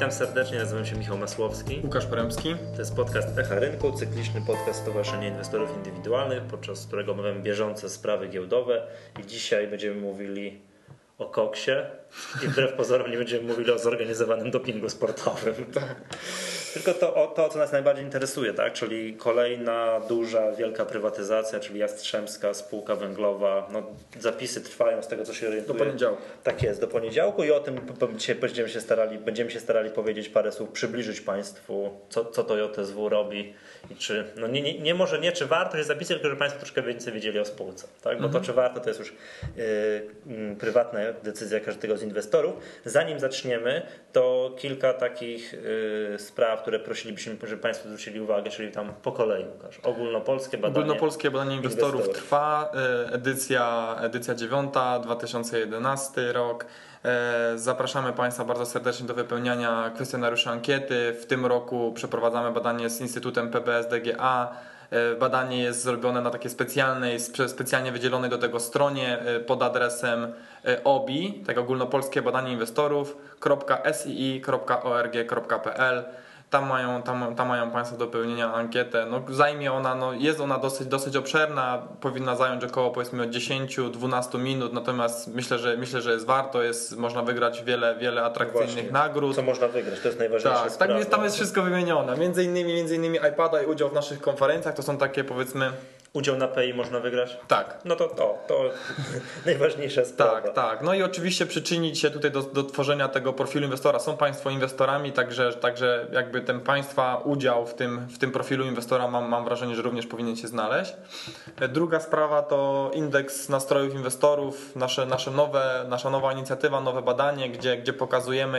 Witam serdecznie, nazywam się Michał Masłowski. Łukasz Poremski. To jest podcast Echa Rynku, cykliczny podcast Stowarzyszenia Inwestorów Indywidualnych, podczas którego omawiamy bieżące sprawy giełdowe i dzisiaj będziemy mówili o koksie i wbrew pozorom nie będziemy mówili o zorganizowanym dopingu sportowym. Tylko to, co nas najbardziej interesuje, tak? Czyli kolejna duża, wielka prywatyzacja, czyli Jastrzębska Spółka Węglowa. No, zapisy trwają z tego, co się orientuję. Do poniedziałku. Tak jest, do poniedziałku i o tym dzisiaj będziemy się starali powiedzieć parę słów, przybliżyć Państwu, co to JSW robi i czy, no nie czy warto się zapisać, tylko że Państwo troszkę więcej wiedzieli o spółce, tak? Bo to czy warto, to jest już prywatna decyzja każdego z inwestorów. Zanim zaczniemy, to kilka takich spraw, które prosilibyśmy, żeby Państwo zwrócili uwagę, czyli tam po kolei, Łukasz. Ogólnopolskie badanie inwestorów trwa, edycja 9, 2011 rok. Zapraszamy Państwa bardzo serdecznie do wypełniania kwestionariusza ankiety. W tym roku przeprowadzamy badanie z Instytutem PBS-DGA. Badanie jest zrobione na takiej specjalnie wydzielonej do tego stronie pod adresem OBI, tak ogólnopolskie badanie inwestorów.sii.org.pl. Tam mają Państwo do wypełnienia ankietę. No, zajmie ona, jest ona dosyć obszerna, powinna zająć około powiedzmy 10-12 minut, natomiast myślę, że jest warto, można wygrać wiele atrakcyjnych nagród. Co można wygrać, to jest najważniejsze. Tak, tam jest wszystko wymienione. Między innymi iPada i udział w naszych konferencjach, to są takie powiedzmy... Udział na PI można wygrać? Tak. No to najważniejsza sprawa. Tak. No i oczywiście przyczynić się tutaj do tworzenia tego profilu inwestora. Są Państwo inwestorami, także jakby ten Państwa udział w tym profilu inwestora mam wrażenie, że również powinien się znaleźć. Druga sprawa to indeks nastrojów inwestorów, nasza nowa inicjatywa, nowe badanie, gdzie pokazujemy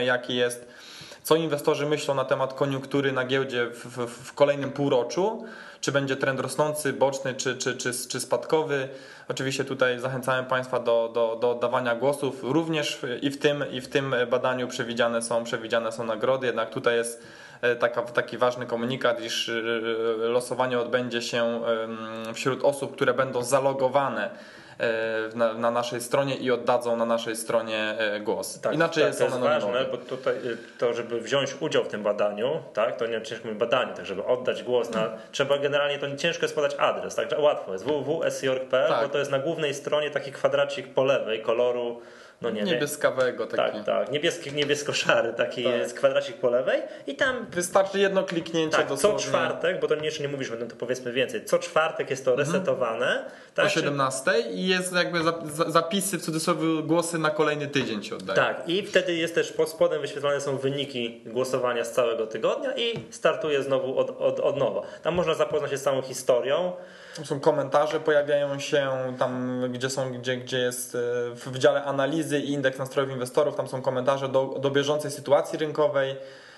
co inwestorzy myślą na temat koniunktury na giełdzie w kolejnym półroczu. Czy będzie trend rosnący, boczny, czy spadkowy. Oczywiście tutaj zachęcamy Państwa do oddawania głosów. Również i w tym badaniu przewidziane są nagrody, jednak tutaj jest taki ważny komunikat, iż losowanie odbędzie się wśród osób, które będą zalogowane na naszej stronie i oddadzą na naszej stronie głos. Tak, inaczej to jest ważne, bo tutaj żeby wziąć udział w tym badaniu, tak, to nie ciężko badanie, tak żeby oddać głos trzeba generalnie, to nie ciężko jest podać adres, tak, łatwo jest www.sci.org.pl, bo to jest na głównej stronie taki kwadracik po lewej koloru niebieskawego taki. Tak, niebiesko-szary taki jest kwadracik po lewej i tam wystarczy jedno kliknięcie dosłownie. Co czwartek, bo to jeszcze nie mówisz, to powiedzmy więcej, co czwartek jest to resetowane. Tak, o 17 i jest jakby zapisy w cudzysłowie głosy na kolejny tydzień się oddają. Tak, i wtedy jest też pod spodem wyświetlane są wyniki głosowania z całego tygodnia i startuje znowu od nowa. Tam można zapoznać się z całą historią. Są komentarze, pojawiają się tam, gdzie jest w dziale analizy i indeks nastrojów inwestorów, tam są komentarze do bieżącej sytuacji rynkowej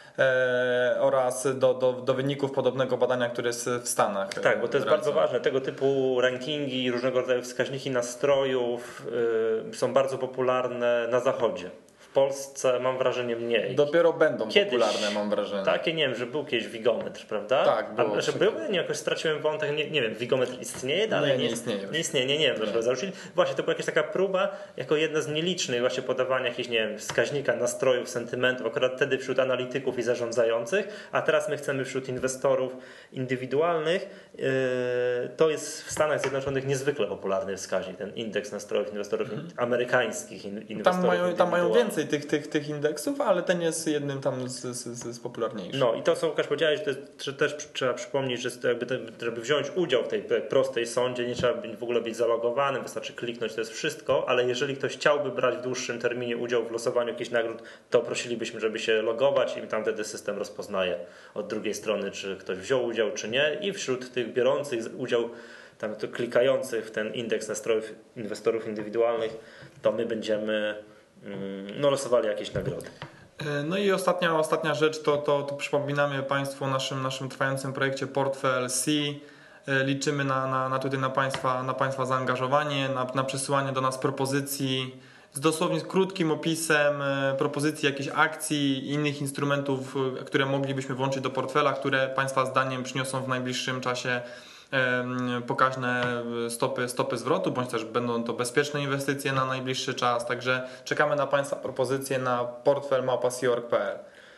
oraz do wyników podobnego badania, które jest w Stanach. Tak, bo to jest bardzo ważne. Tego typu rankingi, różnego rodzaju wskaźniki nastrojów są bardzo popularne na Zachodzie. W Polsce mam wrażenie mniej. Dopiero będą popularne, mam wrażenie. Takie, nie wiem, że był kiedyś Wigometr, prawda? Tak, było. Ale że był? Nie, jakoś straciłem wątek, nie wiem, Wigometr istnieje dalej? Nie istnieje. Nie istnieje, nie wiem, dlaczego zarzucili. Właśnie, to była jakaś taka próba, jako jedna z nielicznych właśnie podawania jakichś, nie wiem, wskaźnika nastrojów, sentymentów, akurat wtedy wśród analityków i zarządzających, a teraz my chcemy wśród inwestorów indywidualnych. To jest w Stanach Zjednoczonych niezwykle popularny wskaźnik, ten indeks nastrojów inwestorów amerykańskich inwestorów. Tam mają więcej tych indeksów, ale ten jest jednym tam z popularniejszych. No i to, co Łukasz powiedziałeś, że też trzeba przypomnieć, że żeby wziąć udział w tej prostej sądzie, nie trzeba w ogóle być zalogowanym, wystarczy kliknąć, to jest wszystko, ale jeżeli ktoś chciałby brać w dłuższym terminie udział w losowaniu jakichś nagród, to prosilibyśmy, żeby się logować i tam wtedy system rozpoznaje od drugiej strony, czy ktoś wziął udział, czy nie, i wśród tych biorących udział, tam to klikających w ten indeks nastrojów inwestorów indywidualnych, to my będziemy losowali jakieś nagrody. No i ostatnia rzecz to przypominamy Państwu o naszym trwającym projekcie Portfel C. Liczymy tutaj na Państwa zaangażowanie, na przesyłanie do nas propozycji z dosłownie krótkim opisem propozycji jakichś akcji i innych instrumentów, które moglibyśmy włączyć do portfela, które Państwa zdaniem przyniosą w najbliższym czasie pokaźne stopy zwrotu, bądź też będą to bezpieczne inwestycje na najbliższy czas. Także czekamy na Państwa propozycje na portfel@sci.org.pl.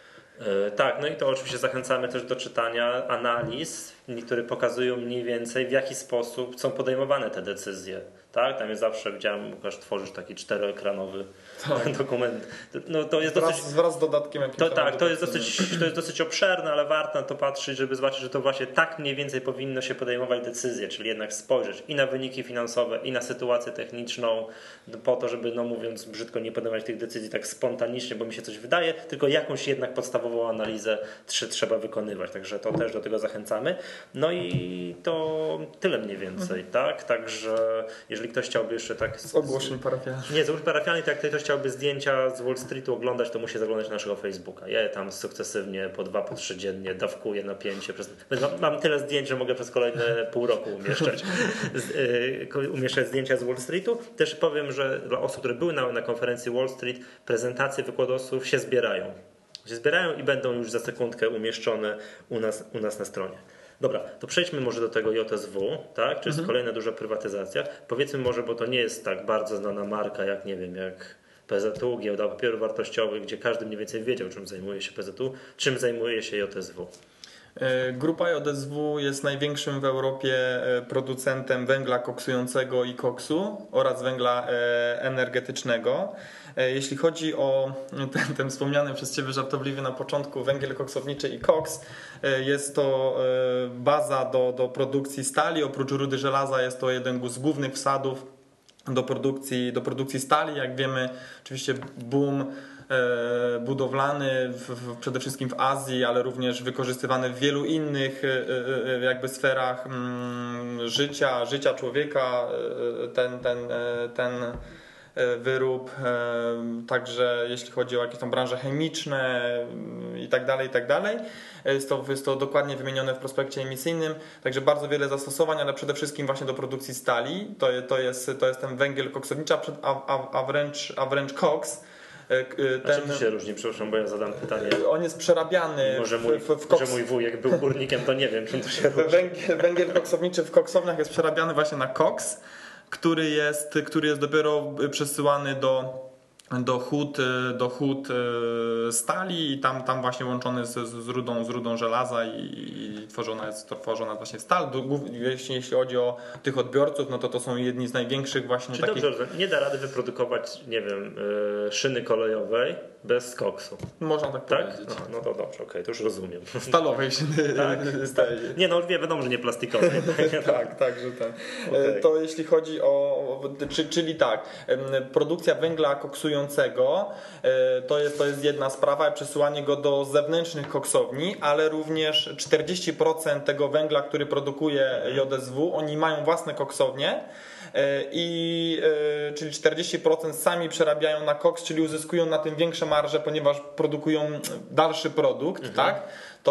Tak, no i to oczywiście zachęcamy też do czytania analiz, które pokazują mniej więcej w jaki sposób są podejmowane te decyzje. Tak? Tam jest zawsze, widziałem, Łukasz, tworzysz taki 4-ekranowy dokument. No, to jest wraz z dodatkiem jakimś. To jest dosyć obszerne, ale warto na to patrzeć, żeby zobaczyć, że to właśnie tak mniej więcej powinno się podejmować decyzje, czyli jednak spojrzeć i na wyniki finansowe, i na sytuację techniczną, po to, żeby, no mówiąc brzydko, nie podejmować tych decyzji tak spontanicznie, bo mi się coś wydaje, tylko jakąś jednak podstawową analizę trzeba wykonywać. Także to też do tego zachęcamy. No i to tyle mniej więcej, tak? Także jeżeli ktoś chciałby jeszcze tak... Z ogłoszeń parafialnych. Nie, z ogłoszeń parafialnych, tak, ktoś chciałby zdjęcia z Wall Streetu oglądać, to musi zaglądać na naszego Facebooka. Ja je tam sukcesywnie po 2, po 3 dziennie dawkuję napięcie. Mam tyle zdjęć, że mogę przez kolejne pół roku umieszczać zdjęcia z Wall Streetu. Też powiem, że dla osób, które były na konferencji Wall Street, prezentacje wykładowców się zbierają i będą już za sekundkę umieszczone u nas na stronie. Dobra, to przejdźmy może do tego JSW, tak? Czy jest kolejna duża prywatyzacja. Powiedzmy może, bo to nie jest tak bardzo znana marka, jak nie wiem, jak PZU, Giełda Papierów Wartościowych, gdzie każdy mniej więcej wiedział, czym zajmuje się PZU, czym zajmuje się JSW. Grupa JSW jest największym w Europie producentem węgla koksującego i koksu oraz węgla energetycznego. Jeśli chodzi o ten wspomniany przez Ciebie żartobliwie na początku węgiel koksowniczy i koks, jest to baza do produkcji stali. Oprócz rudy żelaza jest to jeden z głównych wsadów do produkcji stali. Jak wiemy, oczywiście boom budowlany przede wszystkim w Azji, ale również wykorzystywany w wielu innych jakby sferach życia człowieka, ten wyrób, także jeśli chodzi o jakieś tam branże chemiczne i tak dalej. Jest to dokładnie wymienione w prospekcie emisyjnym, także bardzo wiele zastosowań, ale przede wszystkim właśnie do produkcji stali. To jest ten węgiel koksowniczy, a wręcz koks. A czym się różni? Przepraszam, bo ja zadam pytanie. On jest przerabiany w koks. Że mój wujek był górnikiem, to nie wiem, czym to się różni. Węgiel koksowniczy w koksowniach jest przerabiany właśnie na koks, który jest dopiero przesyłany do hut stali i tam właśnie łączony z rudą żelaza i tworzona jest właśnie stal. Jeśli chodzi o tych odbiorców, no to są jedni z największych właśnie takich... Dobrze, nie da rady wyprodukować, nie wiem, szyny kolejowej bez koksu. Można tak powiedzieć. No to dobrze, okej, to już rozumiem. Stalowej szyny. Tak. Nie, no wiadomo, że nie plastikowej. tak, że tak. Okay. To jeśli chodzi czyli tak, produkcja węgla koksującego to jest jedna sprawa, przesyłanie go do zewnętrznych koksowni, ale również 40% tego węgla, który produkuje JSW, oni mają własne koksownie, czyli 40% sami przerabiają na koks, czyli uzyskują na tym większe marże, ponieważ produkują dalszy produkt, tak?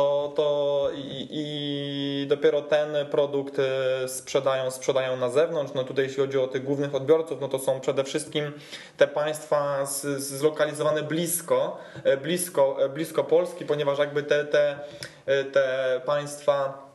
I dopiero ten produkt sprzedają na zewnątrz. No tutaj jeśli chodzi o tych głównych odbiorców, no to są przede wszystkim te państwa zlokalizowane blisko Polski, ponieważ jakby te państwa,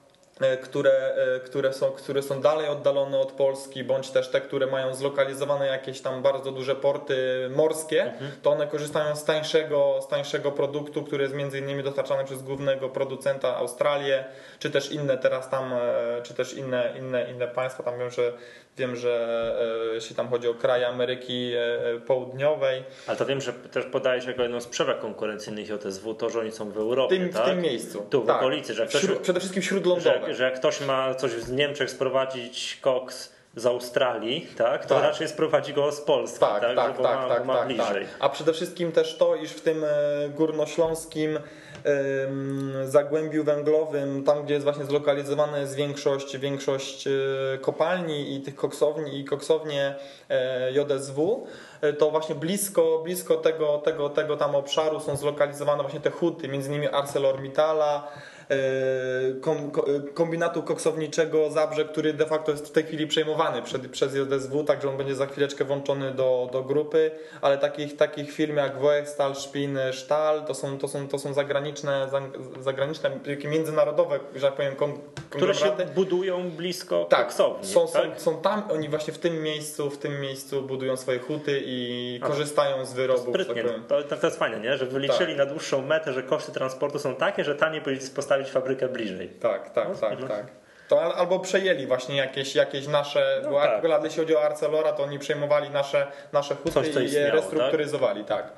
które są dalej oddalone od Polski, bądź też te, które mają zlokalizowane jakieś tam bardzo duże porty morskie, to one korzystają z tańszego produktu, który jest między innymi dostarczany przez głównego producenta Australię, czy też inne teraz tam, czy też inne państwa. Tam wiem, że jeśli tam chodzi o kraje Ameryki Południowej. Ale to wiem, że też podajesz jako jedną z przewag konkurencyjnych JSW to, że oni są w Europie, w tym miejscu. Tu w okolicy. Że przede wszystkim śródlądowe. Że jak ktoś ma coś z Niemczech sprowadzić koks z Australii, tak, to raczej sprowadzi go z Polski, bo ma bliżej. A przede wszystkim też to, iż w tym górnośląskim zagłębiu węglowym, tam gdzie jest właśnie zlokalizowana jest większość kopalni i tych koksownie JSW, to właśnie blisko tego tam obszaru są zlokalizowane właśnie te huty, między innymi ArcelorMittala, kombinatu koksowniczego Zabrze, który de facto jest w tej chwili przejmowany przez JSW, także on będzie za chwileczkę włączony do grupy, ale takich firm jak Woekstal, Spin, Stahl to są zagraniczne, międzynarodowe, że tak powiem, które się konglomeraty budują blisko tak, koksowni. są tam, oni właśnie w tym miejscu budują swoje huty i korzystają z wyrobów. Sprytnie, to jest fajne, nie? Że wyliczyli na dłuższą metę, że koszty transportu są takie, że taniej powinni postawić fabrykę bliżej. Tak. To albo przejęli właśnie jakieś nasze, bo akurat jeśli chodzi o Arcelora, to oni przejmowali nasze huty i je restrukturyzowali, tak.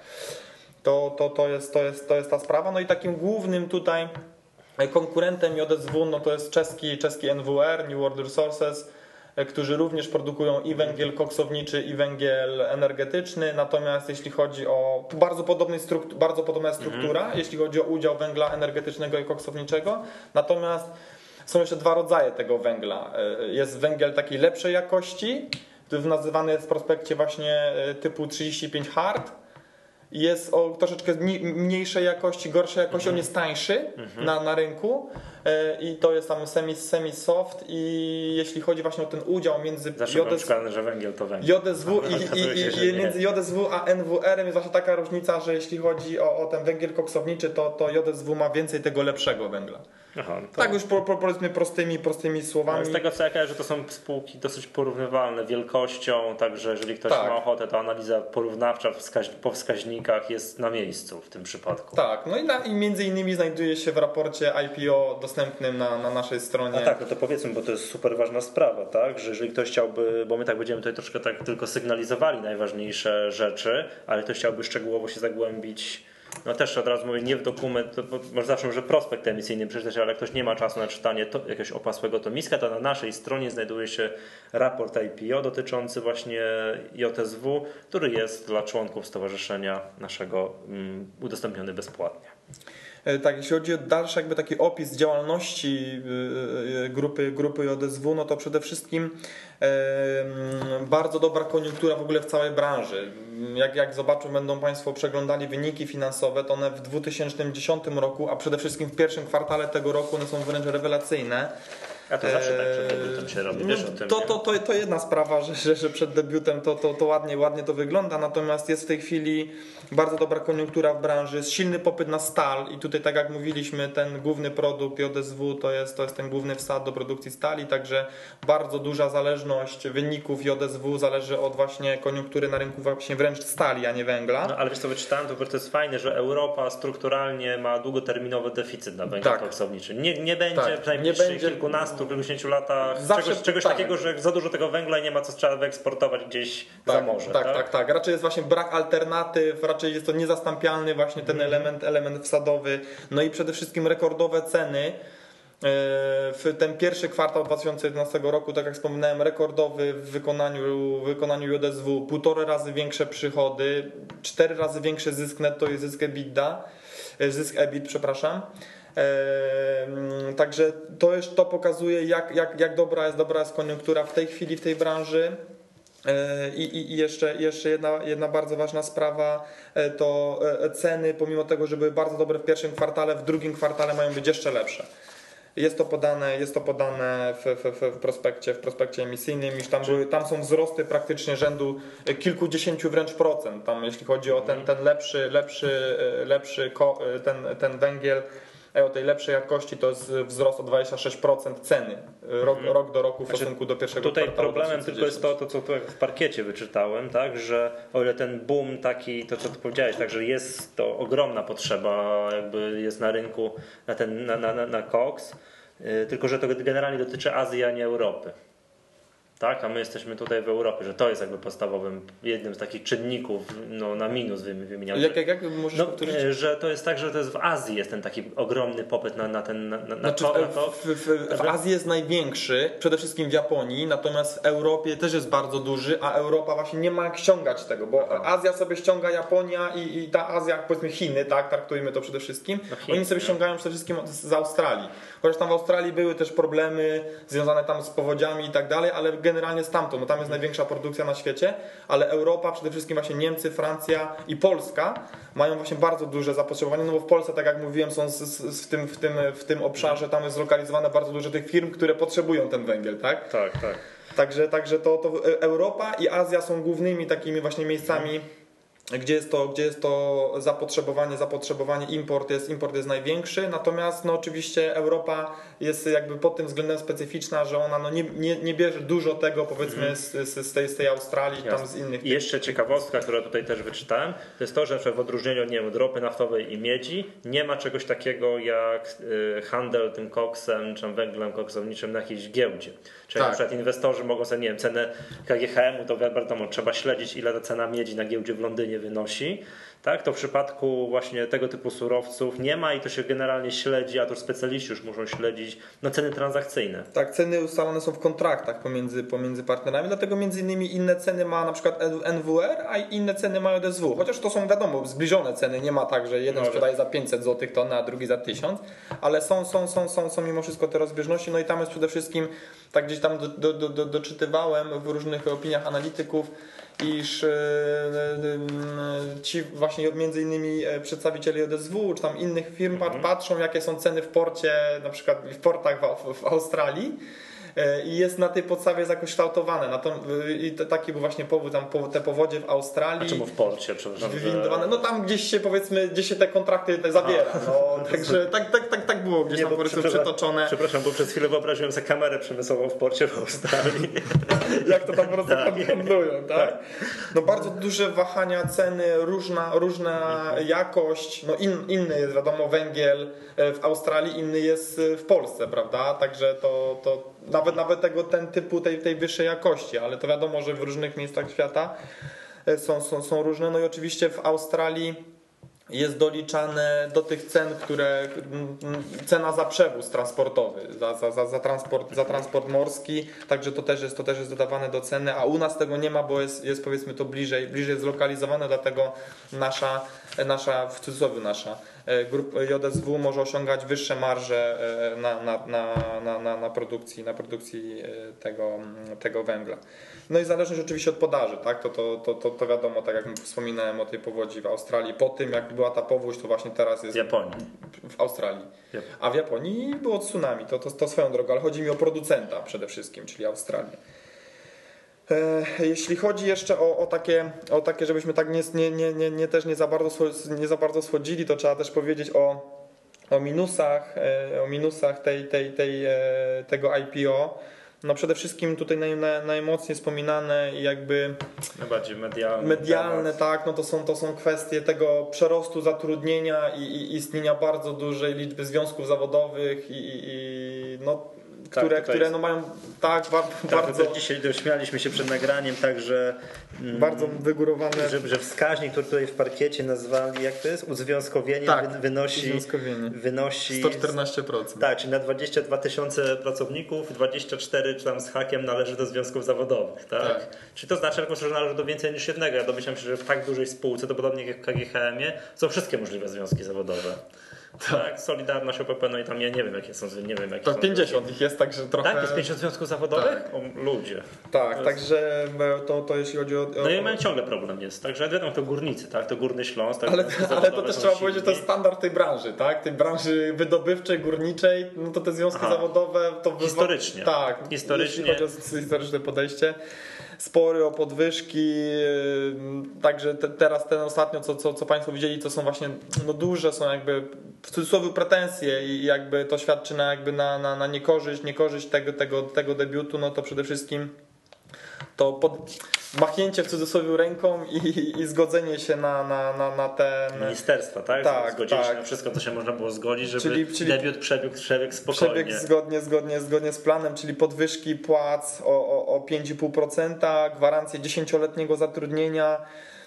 To jest ta sprawa. No i takim głównym tutaj konkurentem JSW no to jest czeski NWR, New World Resources, którzy również produkują i węgiel koksowniczy, i węgiel energetyczny. Natomiast jeśli chodzi o bardzo podobna struktura, jeśli chodzi o udział węgla energetycznego i koksowniczego. Natomiast są jeszcze dwa rodzaje tego węgla. Jest węgiel takiej lepszej jakości, nazywany jest w prospekcie właśnie typu 35 hard. Jest o troszeczkę mniejszej jakości, gorszej jakości, on jest tańszy na rynku i to jest tam semi-soft i jeśli chodzi właśnie o ten udział między że węgiel to węgiel. JSW i między JSW a NWR-em jest właśnie taka różnica, że jeśli chodzi o ten węgiel koksowniczy, to JSW ma więcej tego lepszego węgla. Aha, tak już powiedzmy prostymi słowami. Z tego co ja kojarzę, że to są spółki dosyć porównywalne wielkością, także jeżeli ktoś ma ochotę, to analiza porównawcza po wskaźnikach jest na miejscu w tym przypadku. Tak, no i między innymi znajduje się w raporcie IPO dostępnym na naszej stronie. A tak, no to powiedzmy, bo to jest super ważna sprawa, tak, że jeżeli ktoś chciałby, bo my tak będziemy tutaj troszkę tak tylko sygnalizowali najważniejsze rzeczy, ale ktoś chciałby szczegółowo się zagłębić. No też od razu mówię, nie w dokument, może zawsze może prospekt emisyjny przeczytać, ale jak ktoś nie ma czasu na czytanie jakiegoś opasłego tomiska, to na naszej stronie znajduje się raport IPO dotyczący właśnie JSW, który jest dla członków stowarzyszenia naszego udostępniony bezpłatnie. Tak, jeśli chodzi o dalszy jakby taki opis działalności grupy JSW, no to przede wszystkim bardzo dobra koniunktura w ogóle w całej branży. Jak zobaczą, będą Państwo przeglądali wyniki finansowe, to one w 2010 roku, a przede wszystkim w pierwszym kwartale tego roku one są wręcz rewelacyjne. A to zawsze tak przed debiutem się robi, wiesz o tym. To jedna sprawa, że przed debiutem to ładnie to wygląda, natomiast jest w tej chwili bardzo dobra koniunktura w branży, jest silny popyt na stal i tutaj tak jak mówiliśmy, ten główny produkt JSW to jest ten główny wsad do produkcji stali, także bardzo duża zależność wyników JSW zależy od właśnie koniunktury na rynku właśnie wręcz stali, a nie węgla. No ale wiesz co, wyczytałem, to jest fajne, że Europa strukturalnie ma długoterminowy deficyt na węgiel koksowniczy. Nie będzie przynajmniej kilkudziesięciu latach czegoś takiego, że za dużo tego węgla i nie ma co trzeba wyeksportować gdzieś za morze. Tak. Raczej jest właśnie brak alternatyw, raczej jest to niezastąpialny właśnie ten element wsadowy. No i przede wszystkim rekordowe ceny. W ten pierwszy kwartał 2011 roku, tak jak wspominałem, rekordowy w wykonaniu JSW, 1,5 razy większe przychody, 4 razy większy zysk netto i zysk EBIT, przepraszam. Także to pokazuje jak dobra jest koniunktura w tej chwili w tej branży. I jeszcze jedna bardzo ważna sprawa to ceny, pomimo tego, że były bardzo dobre w pierwszym kwartale, w drugim kwartale mają być jeszcze lepsze. Jest to podane w prospekcie emisyjnym, iż tam są wzrosty praktycznie rzędu kilkudziesięciu wręcz procent. Tam jeśli chodzi o ten węgiel o tej lepszej jakości, to jest wzrost o 26% ceny rok do roku w stosunku do pierwszego kwartału. Tutaj problemem tylko jest to, co tu w parkiecie wyczytałem, tak, że o ile ten boom taki, to co ty powiedziałeś, tak, że jest to ogromna potrzeba, jakby jest na rynku na koks, tylko że to generalnie dotyczy Azji, a nie Europy. Tak, a my jesteśmy tutaj w Europie, że to jest jakby podstawowym, jednym z takich czynników na minus wymieniamy. Jak możesz powtórzyć? Że to jest tak, że to jest w Azji jest ten taki ogromny popyt na koks. W Azji jest największy, przede wszystkim w Japonii, natomiast w Europie też jest bardzo duży, a Europa właśnie nie ma jak ściągać tego, bo Azja sobie ściąga Japonia i ta Azja, powiedzmy Chiny, tak, traktujmy to przede wszystkim, oni sobie ściągają przede wszystkim z Australii. Chociaż tam w Australii były też problemy związane tam z powodziami i tak dalej, ale generalnie stamtąd, tam jest największa produkcja na świecie, ale Europa, przede wszystkim właśnie Niemcy, Francja i Polska mają właśnie bardzo duże zapotrzebowanie, no bo w Polsce, tak jak mówiłem, są w tym obszarze, tam jest zlokalizowane bardzo dużo tych firm, które potrzebują ten węgiel, tak? Tak. Także to Europa i Azja są głównymi takimi właśnie miejscami gdzie jest to zapotrzebowanie, import jest największy, natomiast no oczywiście Europa jest jakby pod tym względem specyficzna, że ona no nie bierze dużo tego powiedzmy z tej Australii, tam z innych. I jeszcze ciekawostka, którą tutaj też wyczytałem, to jest to, że w odróżnieniu od, nie wiem, od ropy naftowej i miedzi nie ma czegoś takiego jak handel tym koksem, czy węglem koksowniczym na jakiejś giełdzie. Czyli na przykład inwestorzy mogą sobie, nie wiem, cenę KGHM-u, to wiadomo, trzeba śledzić, ile ta cena miedzi na giełdzie w Londynie wynosi. Tak, to w przypadku właśnie tego typu surowców nie ma i to się generalnie śledzi, a to specjaliści już muszą śledzić ceny transakcyjne. Tak, ceny ustalone są w kontraktach pomiędzy partnerami, dlatego między innymi inne ceny ma na przykład NWR, a inne ceny ma JSW. Chociaż to są wiadomo zbliżone ceny, nie ma tak, że jeden sprzedaje za 500 zł tonę, a drugi za 1000, ale są mimo wszystko te rozbieżności, no i tam jest przede wszystkim, tak gdzieś tam doczytywałem w różnych opiniach analityków, iż ci właśnie między innymi przedstawiciele JSW czy tam innych firm patrzą, jakie są ceny w porcie, na przykład w portach w Australii i jest na tej podstawie jakoś kształtowane. I taki był właśnie powód, tam te powodzie w Australii. A czemu w porcie? Przepraszam. No tam gdzieś się powiedzmy, gdzie się te kontrakty zawiera. No, także tak było gdzieś tam powiedzmy przetoczone. Przepraszam, bo przez chwilę wyobraziłem sobie kamerę przemysłową w porcie w Australii. Jak to tam po prostu handlują, tak? No bardzo duże wahania ceny, różna jakość. No inny jest wiadomo węgiel w Australii, inny jest w Polsce, prawda? Także to nawet ten typu tej wyższej jakości, ale to wiadomo, że w różnych miejscach świata są różne. No i oczywiście w Australii jest doliczane do tych cen, które cena za przewóz transportowy, za transport morski, także to też jest dodawane do ceny, a u nas tego nie ma, bo jest powiedzmy to bliżej zlokalizowane, dlatego nasza w cudzysłowie grupa JSW może osiągać wyższe marże na produkcji tego węgla. No i zależność oczywiście od podaży, tak? To wiadomo, tak jak wspominałem o tej powodzi w Australii, po tym jak była ta powódź, to właśnie teraz jest w Japonii. W Australii. A w Japonii było tsunami, to swoją drogą, ale chodzi mi o producenta przede wszystkim, czyli Australię. Jeśli chodzi jeszcze o takie, żebyśmy tak nie za bardzo schodzili, to trzeba też powiedzieć o minusach tego IPO. No przede wszystkim tutaj najmocniej wspominane i jakby najbardziej medialne, tak, no to są kwestie tego przerostu zatrudnienia i istnienia bardzo dużej liczby związków zawodowych które no mają bardzo... Dzisiaj dośmialiśmy się przed nagraniem, także bardzo wygórowane... Że wskaźnik, który tutaj w parkiecie nazwali, jak to jest? Uzwiązkowienie wynosi 114%. Tak, czyli na 22 000 pracowników 24 czy tam z hakiem należy do związków zawodowych, tak? Czyli to znaczy, że należy do więcej niż jednego. Ja domyślam się, że w tak dużej spółce, to podobnie jak w KGHM-ie, są wszystkie możliwe związki zawodowe. Tak, Solidarność, OPP, no i tam ja nie wiem jakie są, to 50 ich jest, także trochę... Tak, jest 50 związków zawodowych? Tak. O ludzie. Tak, także to jeśli chodzi o... No i mają ciągle problem jest, także wiadomo, to górnicy, tak, to Górny Śląsk. Tak, ale to też trzeba powiedzieć, że to jest standard tej branży, tak, tej branży wydobywczej, górniczej, no to te związki zawodowe... to historycznie. Tak, historycznie. Jeśli chodzi o historyczne podejście. Spory o podwyżki, także teraz ostatnio, co Państwo widzieli, to są właśnie duże, są jakby w cudzysłowie pretensje i jakby to świadczy na niekorzyść tego debiutu, no to przede wszystkim to machnięcie w cudzysłowie ręką i zgodzenie się na ten... Ministerstwa, tak? Tak, zgodzili się na wszystko, co się można było zgodzić, żeby debiut przebiegł spokojnie. Przebiegł zgodnie z planem, czyli podwyżki płac o 5,5%, gwarancję 10-letniego zatrudnienia,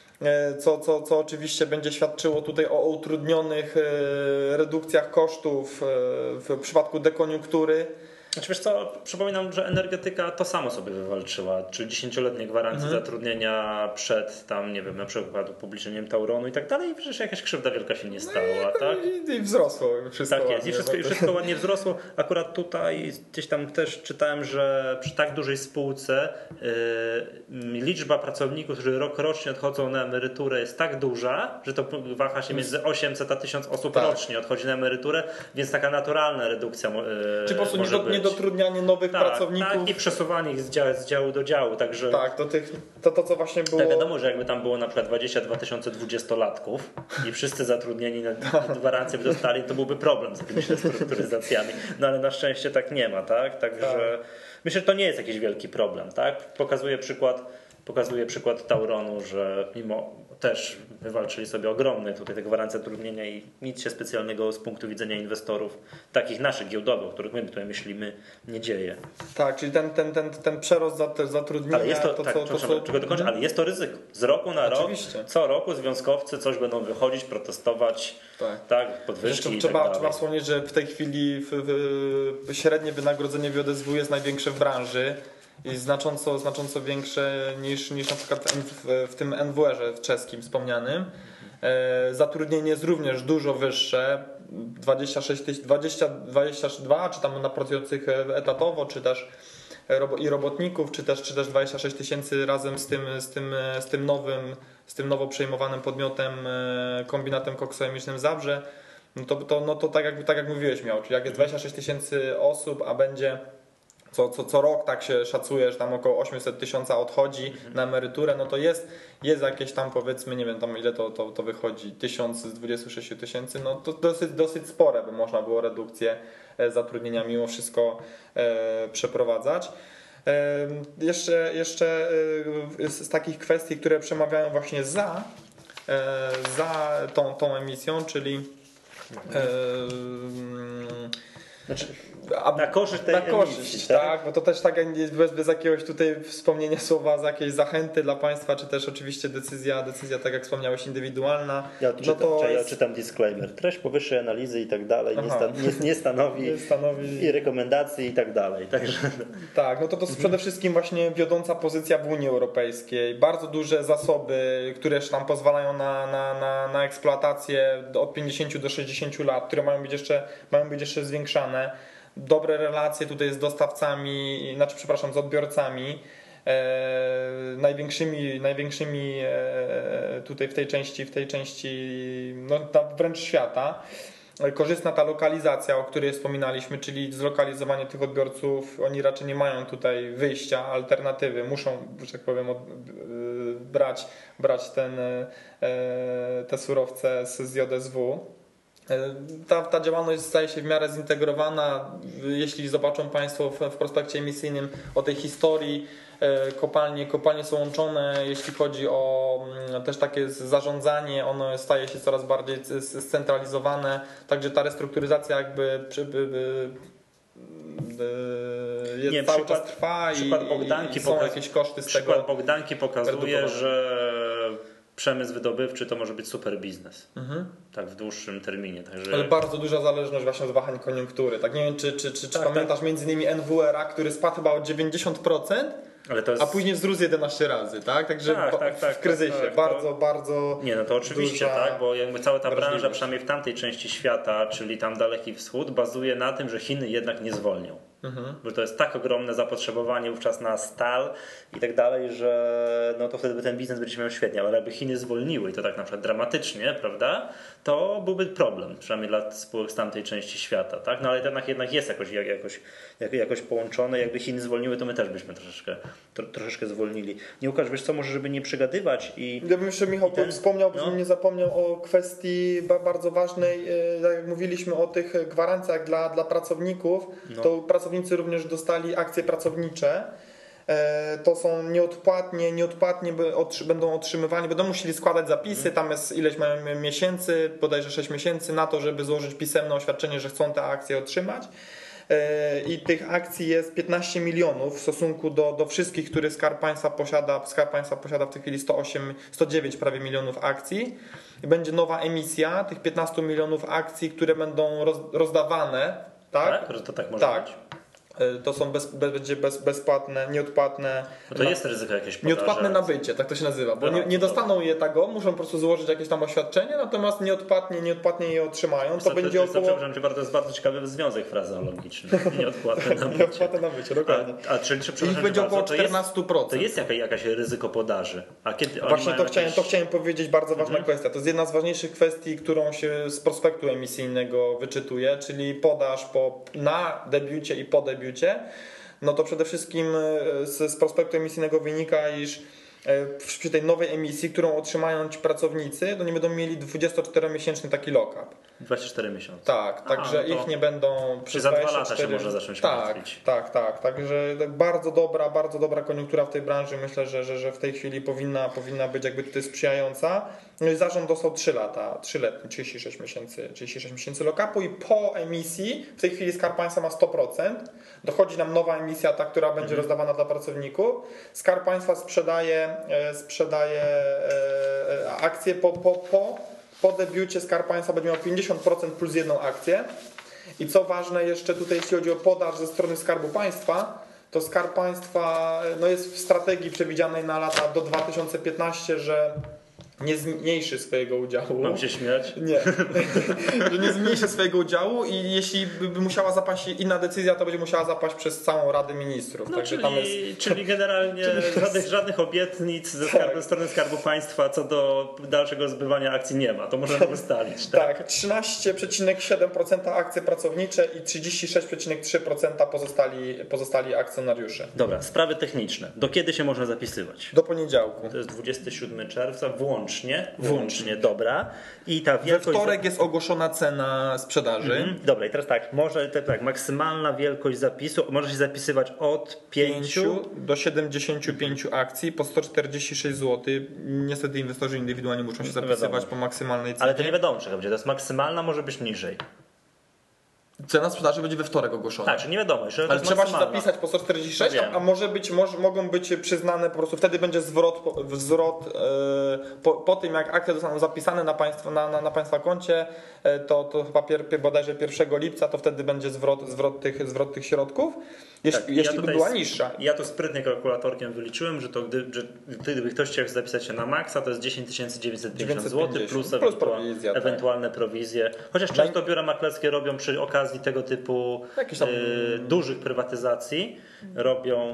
co oczywiście będzie świadczyło tutaj o utrudnionych redukcjach kosztów w przypadku dekoniunktury. Znaczy wiesz co, przypominam, że energetyka to samo sobie wywalczyła, czyli 10-letnie gwarancje zatrudnienia przed tam, nie wiem, na przykład upublicznieniem Tauronu i tak dalej i przecież jakaś krzywda wielka się nie stała, tak? I wzrosło wszystko. Tak jest, i wszystko ładnie wzrosło. Akurat tutaj gdzieś tam też czytałem, że przy tak dużej spółce liczba pracowników, którzy rocznie odchodzą na emeryturę jest tak duża, że to waha się między 800 a 1000 osób rocznie odchodzi na emeryturę, więc taka naturalna redukcja czy po prostu niedotrudnianie nowych pracowników. Tak, i przesuwanie ich z działu do działu. Także tak, to co właśnie było... Tak, wiadomo, że jakby tam było na przykład 22 000 20-latków i wszyscy zatrudnieni na gwarancję by dostali, to byłby problem z tymi restrukturyzacjami. No ale na szczęście tak nie ma, tak? Także myślę, że to nie jest jakiś wielki problem, tak? Pokazuje przykład Tauronu, że mimo też wywalczyli sobie ogromne tutaj te gwarancje zatrudnienia i nic się specjalnego z punktu widzenia inwestorów, takich naszych giełdowych, o których my tutaj myślimy, nie dzieje. Tak, czyli ten przerost zatrudnienia... Ale jest ale jest to ryzyko. Z roku na rok, co roku związkowcy coś będą wychodzić, protestować, tak podwyżki i tak dalej. Trzeba wspomnieć, że w tej chwili średnie wynagrodzenie w JSW jest największe w branży. I znacząco większe niż na przykład w tym NWR-ze czeskim wspomnianym. Zatrudnienie jest również dużo wyższe, 22 czy tam na pracujących etatowo, czy też i robotników, czy też 26 000 razem z tym nowo przejmowanym podmiotem kombinatem koksochemicznym Zabrze. No to tak jak mówiłeś, Miał, czyli jak jest 26 000 osób, a będzie co rok tak się szacuje, że tam około 800 000 odchodzi na emeryturę, no to jest jakieś tam, powiedzmy, nie wiem tam ile to wychodzi, 1000 z 26 000, no to dosyć spore by można było redukcję zatrudnienia mimo wszystko przeprowadzać. Jeszcze z takich kwestii, które przemawiają właśnie za tą emisją, czyli na korzyść tej emisji, tak? Bo to też tak bez jakiegoś tutaj wspomnienia słowa z jakiejś zachęty dla państwa, czy też oczywiście decyzja tak jak wspomniałeś, indywidualna. Ja czytam disclaimer. Treść powyższej analizy i tak dalej nie stanowi i rekomendacji i tak dalej. Także... Tak, no to przede wszystkim właśnie wiodąca pozycja w Unii Europejskiej. Bardzo duże zasoby, które tam pozwalają na eksploatację od 50 do 60 lat, które mają być jeszcze zwiększane. Dobre relacje tutaj z dostawcami, z odbiorcami największymi tutaj w tej części no, wręcz świata. Korzystna ta lokalizacja, o której wspominaliśmy, czyli zlokalizowanie tych odbiorców, oni raczej nie mają tutaj wyjścia, alternatywy, muszą, że tak powiem, brać te surowce z JSW. Ta działalność staje się w miarę zintegrowana. Jeśli zobaczą państwo w prospekcie emisyjnym o tej historii, kopalnie są łączone, jeśli chodzi o też takie zarządzanie, ono staje się coraz bardziej scentralizowane, także ta restrukturyzacja jakby cały czas trwa i są jakieś koszty z tego. Przykład Bogdanki pokazuje, że przemysł wydobywczy to może być super biznes. Tak w dłuższym terminie. Także... Ale bardzo duża zależność właśnie od wahań koniunktury. Tak nie wiem, czy pamiętasz między innymi NWR-a, który spadł chyba o 90%, a później wzrósł 11 razy, tak? Także w kryzysie. Bardzo. Nie, no to oczywiście, tak, bo jakby cała ta branża, przynajmniej w tamtej części świata, czyli tam Daleki Wschód, bazuje na tym, że Chiny jednak nie zwolnią. Bo to jest tak ogromne zapotrzebowanie wówczas na stal i tak dalej, że no to wtedy by ten biznes będzie miał świetnie, ale jakby Chiny zwolniły i to tak na przykład dramatycznie, prawda, to byłby problem, przynajmniej dla spółek z tamtej części świata, tak? No ale jednak jest jakoś połączone, jakby Chiny zwolniły, to my też byśmy troszeczkę zwolnili. Nie Łukasz, wiesz co, może żeby nie przegadywać i... Ja bym jeszcze, Michał, wspomniał, żebym nie zapomniał o kwestii bardzo ważnej, jak mówiliśmy o tych gwarancjach dla pracowników, to pracownicy również dostali akcje pracownicze. To są nieodpłatnie będą otrzymywani, będą musieli składać zapisy, tam jest ileś mają miesięcy, bodajże 6 miesięcy na to, żeby złożyć pisemne oświadczenie, że chcą te akcje otrzymać. I tych akcji jest 15 milionów w stosunku do wszystkich, które Skarb Państwa posiada. Skarb Państwa posiada w tej chwili 109 prawie milionów akcji. I będzie nowa emisja tych 15 milionów akcji, które będą rozdawane. Tak? To tak może być. To są będzie bezpłatne, nieodpłatne. No to jest ryzyko jakieś podaży. Nieodpłatne nabycie, tak to się nazywa. Bo nie dostaną je tego, muszą po prostu złożyć jakieś tam oświadczenie, natomiast nieodpłatnie je otrzymają. To będzie około... Przepraszam cię bardzo, to jest bardzo ciekawy związek frazeologiczny. Nieodpłatne nabycie. Nieodpłatne nabycie, dokładnie. Czyli ich będzie około 14%. To jest jakaś ryzyko podaży. A kiedy właśnie to chciałem powiedzieć, bardzo ważna kwestia. To jest jedna z ważniejszych kwestii, którą się z prospektu emisyjnego wyczytuje, czyli podaż na debiucie i po debiucie debiucie, no to przede wszystkim z prospektu emisyjnego wynika, iż przy tej nowej emisji, którą otrzymają ci pracownicy, to nie będą mieli 24-miesięczny taki lock-up. 24 miesiące. Tak, także ich nie będą przez za 2 lata się może zacząć martwić. Tak. Także bardzo dobra koniunktura w tej branży. Myślę, że w tej chwili powinna być jakby tutaj sprzyjająca. No i zarząd dostał 3 lata, 3-letni, 36 miesięcy lock-upu i po emisji, w tej chwili Skarb Państwa ma 100%, dochodzi nam nowa emisja, ta, która będzie rozdawana dla pracowników. Skarb Państwa sprzedaje akcje po debiucie. Skarb Państwa będzie miał 50% plus 1 akcję. I co ważne jeszcze tutaj, jeśli chodzi o podaż ze strony Skarbu Państwa, to Skarb Państwa jest w strategii przewidzianej na lata do 2015, że nie zmniejszy swojego udziału. Mam się śmiać? Nie. Że nie zmniejszy swojego udziału i jeśli by musiała zapaść inna decyzja, to będzie musiała zapaść przez całą Radę Ministrów. No, także czyli generalnie żadnych obietnic ze strony Skarbu Państwa co do dalszego zbywania akcji nie ma. To możemy ustalić. Tak, 13,7% akcje pracownicze i 36,3% pozostali akcjonariusze. Dobra, sprawy techniczne. Do kiedy się można zapisywać? Do poniedziałku. To jest 27 czerwca, włącznie, dobra. I ta wielkość... We wtorek jest ogłoszona cena sprzedaży. Dobra, i teraz tak, maksymalna wielkość zapisu może się zapisywać od 5 do 75 akcji po 146 zł. Niestety inwestorzy indywidualnie muszą się zapisywać po maksymalnej cenie. Ale to nie wiadomo, czego będzie. To jest maksymalna, może być niżej. Cena sprzedaży będzie we wtorek ogłoszona. Tak, czyli nie wiadomo. Ale trzeba się zapisać po 146, a mogą być przyznane po prostu, wtedy będzie zwrot po tym, jak akcje zostaną zapisane na Państwa koncie, to chyba bodajże 1 lipca, to wtedy będzie zwrot tych środków, jeśli by była niższa. Ja to sprytnie kalkulatorkiem wyliczyłem, że gdyby ktoś chciał zapisać się na maksa, to jest 10 950 zł plus ewentualne prowizje. Chociaż często biura maklerskie robią przy okazji tego typu dużych prywatyzacji, robią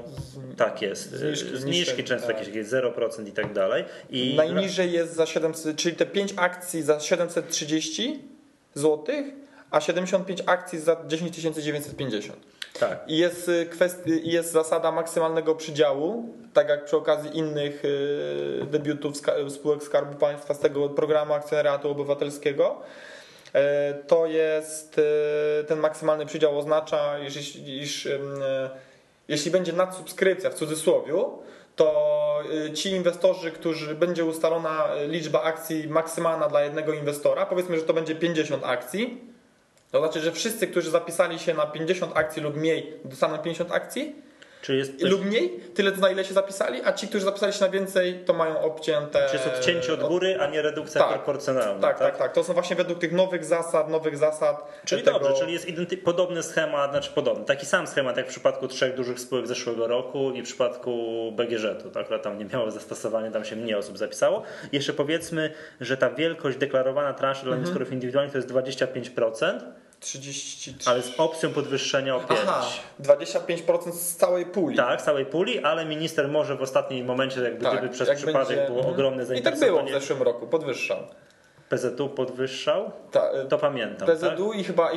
zniżki często jakieś 0% i tak dalej. Najniżej jest za 700, czyli te 5 akcji za 730 zł, a 75 akcji za 10 950. Tak. I jest zasada maksymalnego przydziału, tak jak przy okazji innych debiutów spółek Skarbu Państwa z tego programu akcjonariatu obywatelskiego. To jest ten maksymalny przydział oznacza, iż jeśli będzie nadsubskrypcja w cudzysłowiu, to ci inwestorzy, którzy będzie ustalona liczba akcji maksymalna dla jednego inwestora, powiedzmy, że to będzie 50 akcji, to znaczy, że wszyscy, którzy zapisali się na 50 akcji lub mniej, dostaną 50 akcji, lub mniej, tyle na ile się zapisali, a ci, którzy zapisali się na więcej, to mają obcięte... Czyli jest odcięcie od góry, a nie redukcja proporcjonalna. Tak. To są właśnie według tych nowych zasad. Czyli dobrze, czyli jest podobny schemat, taki sam schemat jak w przypadku 3 dużych spółek zeszłego roku i w przypadku BGŻ-u. To akurat tam nie miało zastosowania, tam się mniej osób zapisało. Jeszcze powiedzmy, że ta wielkość deklarowana transzy dla inwestorów indywidualnych to jest 25%. 33. Ale z opcją podwyższenia o 5. Aha, 25% z całej puli. Tak, z całej puli, ale minister może w ostatnim momencie, gdyby przez przypadek było ogromne zainteresowanie. I tak było w zeszłym roku, podwyższał. PZU podwyższał? To pamiętam. PZU tak? i chyba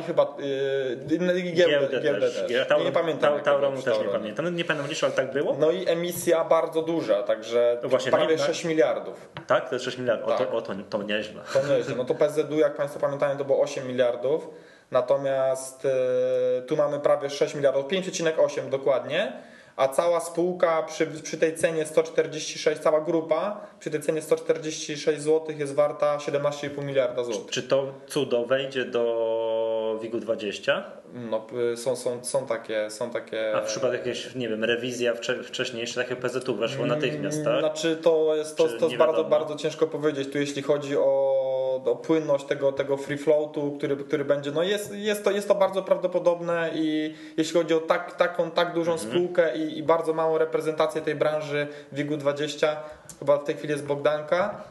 giełdę też. Nie pamiętam. Tauronu też nie pamiętam. Nie pamiętam liczby, ale tak było. No i emisja bardzo duża, także prawie 6 miliardów. Tak? To jest 6 miliardów. Tak. To nieźle. To nieźle. No to PZU, jak Państwo pamiętają, to było 8 miliardów. Natomiast tu mamy prawie 6 miliardów, 5,8 dokładnie, a cała spółka przy tej cenie 146, cała grupa przy tej cenie 146 zł jest warta 17,5 miliarda złotych. Czy to cudo wejdzie do WIG-20? No, są takie... A w przypadku jakiejś, nie wiem, rewizja wcześniejsza, takie PZU weszło natychmiast, tak? Znaczy to jest bardzo ciężko powiedzieć. Tu jeśli chodzi o płynność tego free floatu, który będzie, no jest to bardzo prawdopodobne i jeśli chodzi o tak dużą spółkę i bardzo małą reprezentację tej branży w WIG-20, chyba w tej chwili jest Bogdanka,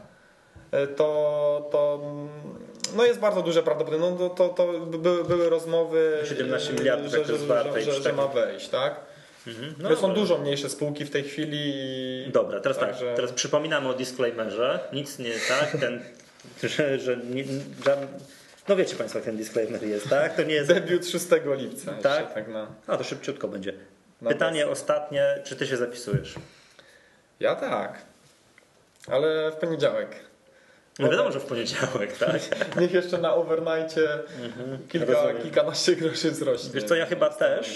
to no jest bardzo duże prawdopodobieństwo. No to były rozmowy, 17 miliardów, że ma wejść, tak? No, to są dużo mniejsze spółki w tej chwili. Dobra, teraz przypominamy o disclaimerze. Nic nie tak, że No wiecie Państwo, jak ten disclaimer jest, tak? To nie jest... Debiut 6 lipca. Tak? Tak A to szybciutko będzie. Pytanie ostatnie, czy ty się zapisujesz? Ja tak, ale w poniedziałek. No wiadomo, że w poniedziałek, tak? Niech jeszcze na overnightcie kilkanaście groszy wzrośnie. Wiesz co, ja chyba też,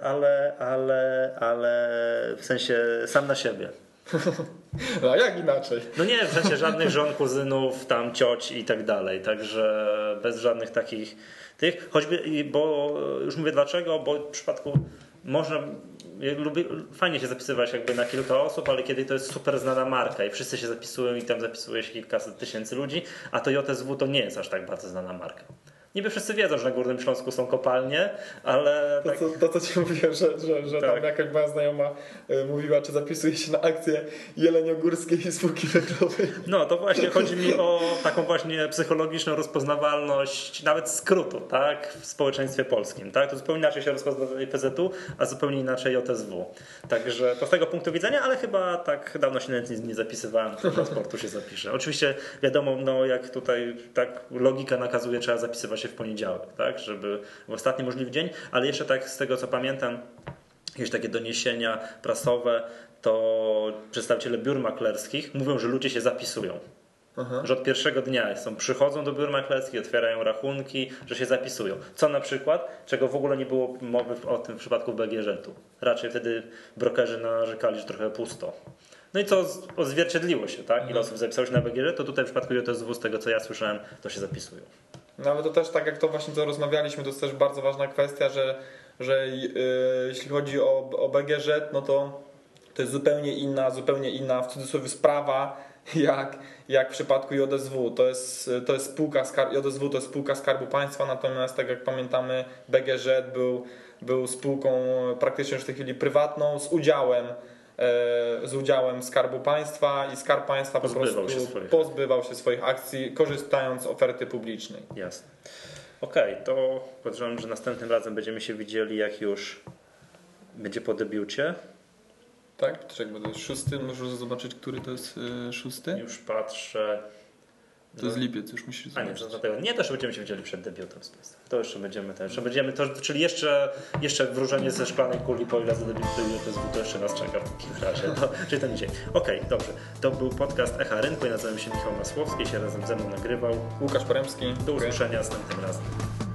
ale w sensie sam na siebie. No jak inaczej? No nie, w sensie żadnych żon, kuzynów, tam cioć i tak dalej, także bez żadnych takich tych, choćby, bo już mówię dlaczego, bo w przypadku można, ja lubię, fajnie się zapisywać jakby na kilka osób, ale kiedy to jest super znana marka i wszyscy się zapisują i tam zapisuje się kilkaset tysięcy ludzi, a to JSW to nie jest aż tak bardzo znana marka. Niby wszyscy wiedzą, że na Górnym Śląsku są kopalnie, ale... To co ci mówiłem, że tak. Tam jakaś moja znajoma mówiła, czy zapisuje się na akcję jeleniogórskiej spółki węglowej. No to właśnie chodzi mi o taką właśnie psychologiczną rozpoznawalność, nawet skrótu, tak, w społeczeństwie polskim, tak, to zupełnie inaczej się rozpozna PZU, a zupełnie inaczej JSW. Także to z tego punktu widzenia, ale chyba tak dawno się nie zapisywałem, do transportu się zapiszę. Oczywiście wiadomo, no jak tutaj tak logika nakazuje, trzeba zapisywać się w poniedziałek, tak, żeby w ostatni możliwy dzień, ale jeszcze tak z tego co pamiętam, jakieś takie doniesienia prasowe, to przedstawiciele biur maklerskich mówią, że ludzie się zapisują. Aha. Że od pierwszego dnia przychodzą do biur maklerskich, otwierają rachunki, że się zapisują. Co na przykład, czego w ogóle nie było mowy o tym w przypadku BGŻ-u. Raczej wtedy brokerzy narzekali, że trochę pusto. No i co odzwierciedliło się, tak? Ile osób zapisało się na BGŻ, to tutaj w przypadku JSW, z tego co ja słyszałem, to się zapisują. No ale to też tak jak to właśnie co rozmawialiśmy, to jest też bardzo ważna kwestia, że jeśli chodzi o BGŻ, no to jest zupełnie inna w cudzysłowie sprawa jak w przypadku JSW. To jest spółka JSW to jest spółka Skarbu Państwa, natomiast tak jak pamiętamy BGŻ był spółką praktycznie już w tej chwili prywatną z udziałem Skarbu Państwa i Skarb Państwa pozbywał się swoich akcji, korzystając z oferty publicznej. Jasne. Okej, to podejrzewam, że następnym razem będziemy się widzieli, jak już będzie po debiucie. Tak? Czekaj, bo to jest 6. Możesz zobaczyć, który to jest 6? Już patrzę. To jest lipiec, już musisz zobaczyć. Nie, to jeszcze będziemy się widzieli przed debiutem. To jeszcze będziemy czyli jeszcze wróżenie ze szklanej kuli, po ile za debiut to jeszcze nas czeka w takim razie. Czyli ten dzień. Okej, dobrze. To był podcast Echa Rynku. Ja nazywam się Michał Masłowski, się razem ze mną nagrywał Łukasz Poremski. Do usłyszenia następnym razem.